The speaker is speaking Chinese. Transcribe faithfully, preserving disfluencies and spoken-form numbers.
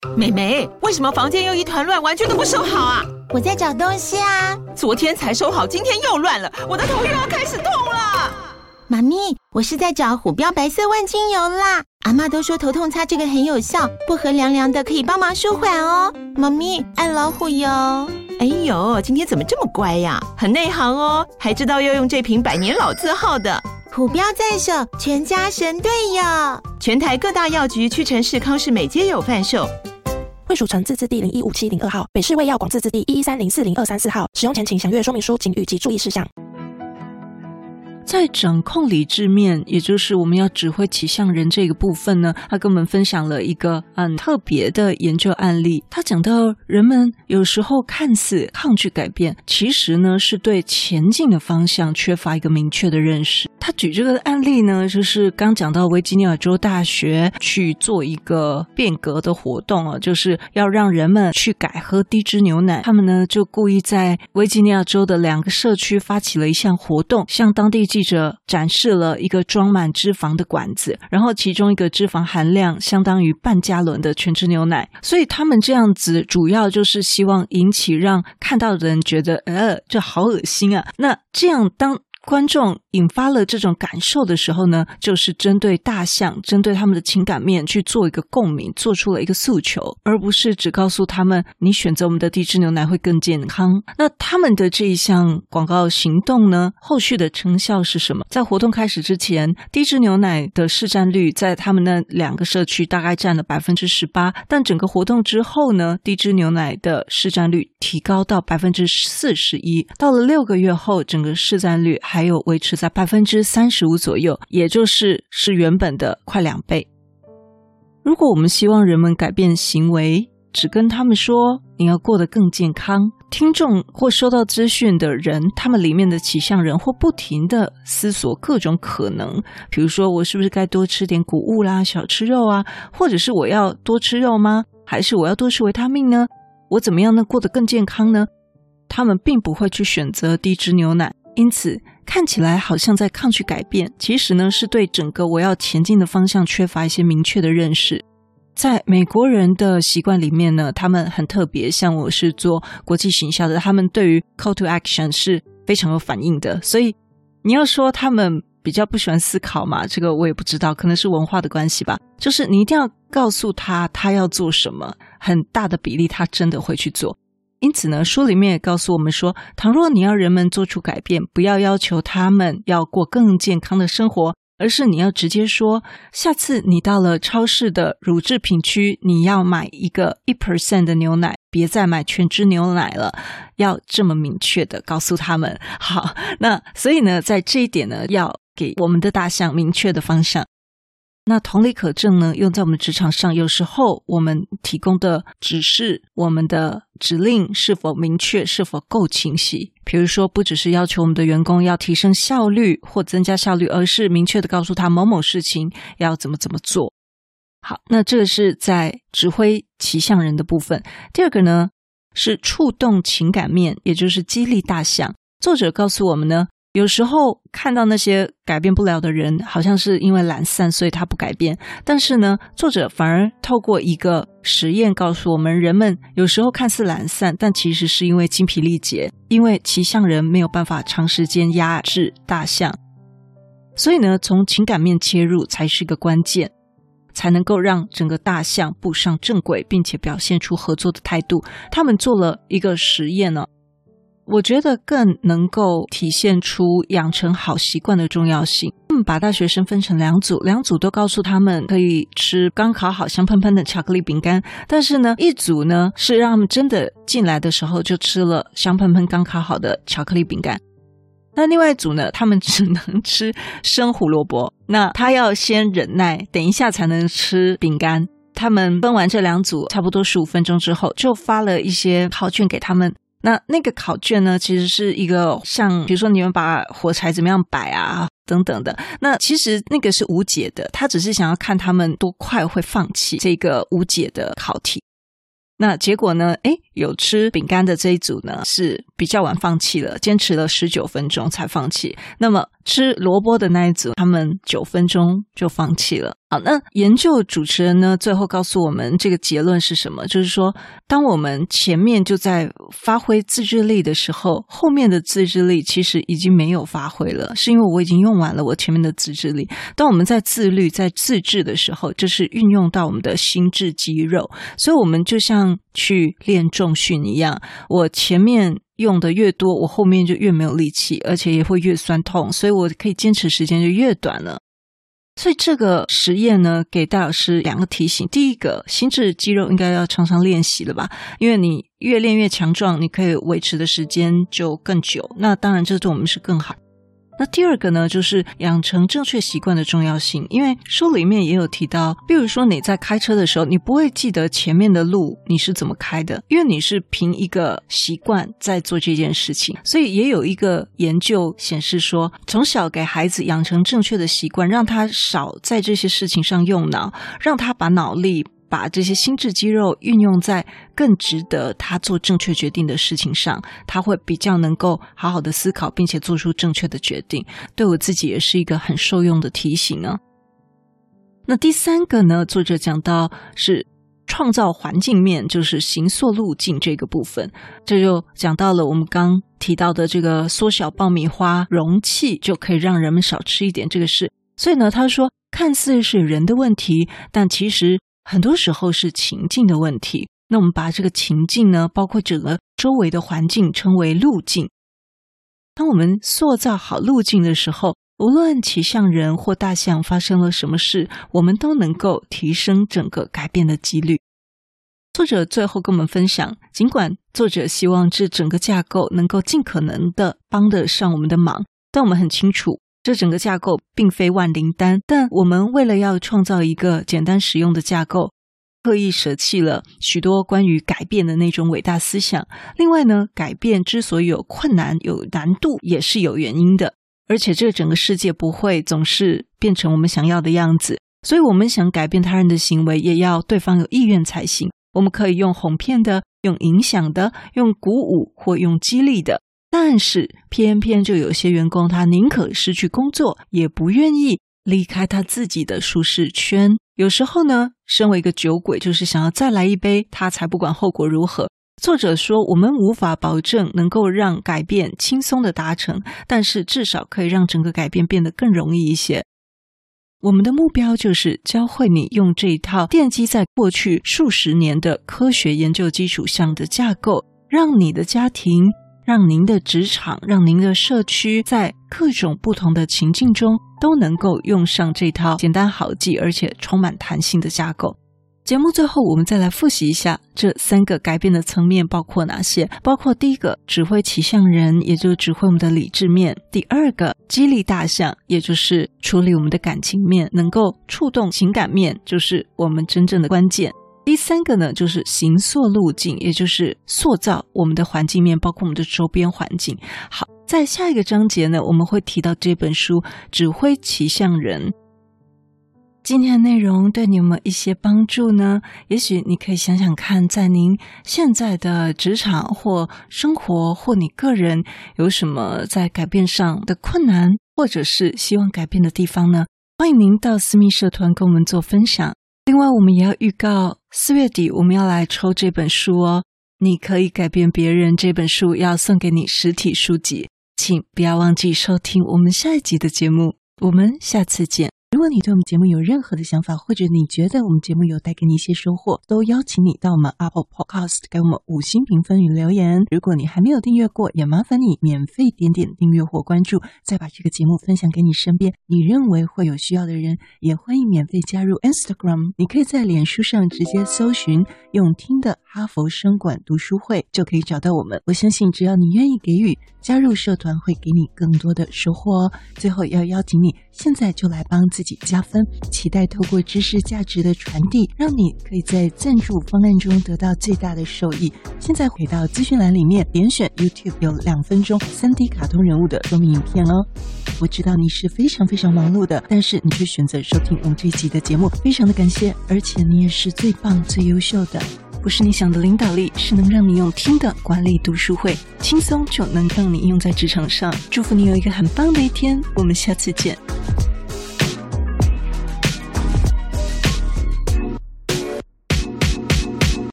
妹妹，为什么房间又一团乱，完全都不收好啊？ 我在找东西啊。 昨天才收好，今天又乱了，我的头又要开始痛了。 妈咪，我是在找虎标白色万金油啦。阿嬷都说头痛擦这个很有效，薄荷凉凉的，可以帮忙舒缓哦。妈咪，爱老虎油。 哎呦，今天怎么这么乖呀？很内行哦，还知道要用这瓶百年老字号的。 虎标在手，全家神队友。 全台各大药局、屈臣氏、康士美皆有贩售。 卫署成字字第零一五七零二号，北市卫药广字字第一一三零四零二三四号。使用前请详阅说明书、警语及注意事项。 在掌控理智面，也就是我们要指挥骑象人这个部分呢，他跟我们分享了一个很特别的研究案例。他讲到人们有时候看似抗拒改变，其实呢是对前进的方向缺乏一个明确的认识。他举这个案例呢，就是刚讲到维吉尼亚州大学去做一个变革的活动啊，就是要让人们去改喝低脂牛奶。他们呢就故意在维吉尼亚州的两个社区发起了一项活动，向当地记者展示了一个装满脂肪的管子，然后其中一个脂肪含量相当于半加仑的全脂牛奶。所以他们这样子主要就是希望引起让看到的人觉得呃，这好恶心啊。那这样当观众引发了这种感受的时候呢，就是针对大象，针对他们的情感面去做一个共鸣，做出了一个诉求，而不是只告诉他们你选择我们的低脂牛奶会更健康。那他们的这一项广告行动呢，后续的成效是什么？在活动开始之前，低脂牛奶的市占率在他们那两个社区大概占了 百分之十八， 但整个活动之后呢，低脂牛奶的市占率提高到 百分之四十一， 到了六个月后，整个市占率还有维持在 百分之三十五 左右，也就是是原本的快两倍。如果我们希望人们改变行为，只跟他们说你要过得更健康，听众或收到资讯的人，他们里面的骑象人或不停的思索各种可能，比如说我是不是该多吃点谷物啦，少吃肉啊，或者是我要多吃肉吗？还是我要多吃维他命呢？我怎么样能过得更健康呢？他们并不会去选择低脂牛奶，因此看起来好像在抗拒改变，其实呢是对整个我要前进的方向缺乏一些明确的认识。在美国人的习惯里面呢，他们很特别，像我是做国际行销的，他们对于 call to action 是非常有反应的。所以你要说他们比较不喜欢思考嘛，这个我也不知道，可能是文化的关系吧。就是你一定要告诉他他要做什么，很大的比例他真的会去做。因此呢，书里面也告诉我们说，倘若你要人们做出改变，不要要求他们要过更健康的生活，而是你要直接说，下次你到了超市的乳制品区，你要买一个 百分之一 的牛奶，别再买全脂牛奶了，要这么明确的告诉他们。好，那所以呢，在这一点呢，要给我们的大象明确的方向。那同理可证呢，用在我们职场上，有时候我们提供的指示，我们的指令是否明确，是否够清晰。比如说不只是要求我们的员工要提升效率或增加效率，而是明确的告诉他某某事情要怎么怎么做。好，那这个是在指挥骑象人的部分。第二个呢，是触动情感面，也就是激励大象。作者告诉我们呢，有时候看到那些改变不了的人，好像是因为懒散，所以他不改变。但是呢，作者反而透过一个实验告诉我们，人们有时候看似懒散，但其实是因为精疲力竭，因为骑象人没有办法长时间压制大象。所以呢，从情感面切入才是一个关键，才能够让整个大象步上正轨，并且表现出合作的态度。他们做了一个实验呢，我觉得更能够体现出养成好习惯的重要性。他们把大学生分成两组，两组都告诉他们可以吃刚烤好香喷喷的巧克力饼干，但是呢，一组呢是让他们真的进来的时候就吃了香喷喷刚烤好的巧克力饼干。那另外一组呢，他们只能吃生胡萝卜，那他要先忍耐，等一下才能吃饼干。他们分完这两组差不多十五分钟之后，就发了一些考卷给他们。那那个考卷呢，其实是一个像比如说你们把火柴怎么样摆啊等等的，那其实那个是无解的，他只是想要看他们多快会放弃这个无解的考题。那结果呢，诶，有吃饼干的这一组呢是比较晚放弃了，坚持了十九分钟才放弃。那么吃萝卜的那一组，他们九分钟就放弃了。好，那研究主持人呢，最后告诉我们这个结论是什么？就是说，当我们前面就在发挥自制力的时候，后面的自制力其实已经没有发挥了，是因为我已经用完了我前面的自制力。当我们在自律、在自制的时候，就是运用到我们的心智肌肉，所以我们就像去练重训一样，我前面用的越多，我后面就越没有力气，而且也会越酸痛，所以我可以坚持时间就越短了。所以这个实验呢，给戴老师两个提醒。第一个，心智肌肉应该要常常练习了吧，因为你越练越强壮，你可以维持的时间就更久，那当然这对我们是更好。那第二个呢，就是养成正确习惯的重要性。因为书里面也有提到，比如说你在开车的时候，你不会记得前面的路你是怎么开的，因为你是凭一个习惯在做这件事情。所以也有一个研究显示说，从小给孩子养成正确的习惯，让他少在这些事情上用脑，让他把脑力把这些心智肌肉运用在更值得他做正确决定的事情上，他会比较能够好好的思考，并且做出正确的决定。对我自己也是一个很受用的提醒啊。那第三个呢，作者讲到是创造环境面，就是形塑路径这个部分，这就讲到了我们刚提到的这个缩小爆米花容器就可以让人们少吃一点这个事。所以呢，他说看似是人的问题，但其实很多时候是情境的问题。那我们把这个情境呢，包括整个周围的环境称为路径。当我们塑造好路径的时候，无论骑象人或大象发生了什么事，我们都能够提升整个改变的几率。作者最后跟我们分享，尽管作者希望这整个架构能够尽可能的帮得上我们的忙，但我们很清楚这整个架构并非万灵丹，但我们为了要创造一个简单实用的架构，刻意舍弃了许多关于改变的那种伟大思想。另外呢，改变之所以有困难有难度也是有原因的，而且这整个世界不会总是变成我们想要的样子，所以我们想改变他人的行为，也要对方有意愿才行。我们可以用哄骗的，用影响的，用鼓舞或用激励的，但是偏偏就有些员工他宁可失去工作，也不愿意离开他自己的舒适圈。有时候呢，身为一个酒鬼，就是想要再来一杯，他才不管后果如何。作者说，我们无法保证能够让改变轻松的达成，但是至少可以让整个改变变得更容易一些。我们的目标就是教会你用这一套奠基在过去数十年的科学研究基础上的架构，让你的家庭，让您的职场，让您的社区在各种不同的情境中都能够用上这套简单好记而且充满弹性的架构。节目最后我们再来复习一下这三个改变的层面包括哪些。包括第一个，指挥骑象人，也就是指挥我们的理智面。第二个，激励大象，也就是处理我们的感情面，能够触动情感面，就是我们真正的关键。第三个呢，就是形塑路径，也就是塑造我们的环境面，包括我们的周边环境。好，在下一个章节呢，我们会提到这本书《指挥骑象人》。今天的内容对你有没有一些帮助呢？也许你可以想想看，在您现在的职场或生活或你个人有什么在改变上的困难，或者是希望改变的地方呢？欢迎您到私密社团跟我们做分享。另外我们也要预告四月底我们要来抽这本书哦，你可以改变别人这本书要送给你实体书籍，请不要忘记收听我们下一集的节目，我们下次见。如果你对我们节目有任何的想法，或者你觉得我们节目有带给你一些收获，都邀请你到我们 Apple Podcast 给我们五星评分与留言。如果你还没有订阅过，也麻烦你免费点点订阅或关注，再把这个节目分享给你身边你认为会有需要的人。也欢迎免费加入 Instagram， 你可以在脸书上直接搜寻用听的哈佛声管读书会，就可以找到我们。我相信只要你愿意给予，加入社团会给你更多的收获哦。最后要邀请你现在就来帮自己加分，期待透过知识价值的传递，让你可以在赞助方案中得到最大的受益。现在回到资讯栏里面，点选 YouTube 有两分钟 三 D 卡通人物的说明影片哦。我知道你是非常非常忙碌的，但是你却选择收听我们这一集的节目，非常的感谢，而且你也是最棒最优秀的。 不是你想的领导力，是能让你用听的管理读书会，轻松就能让你用在职场上。祝福你有一个很棒的一天，我们下次见。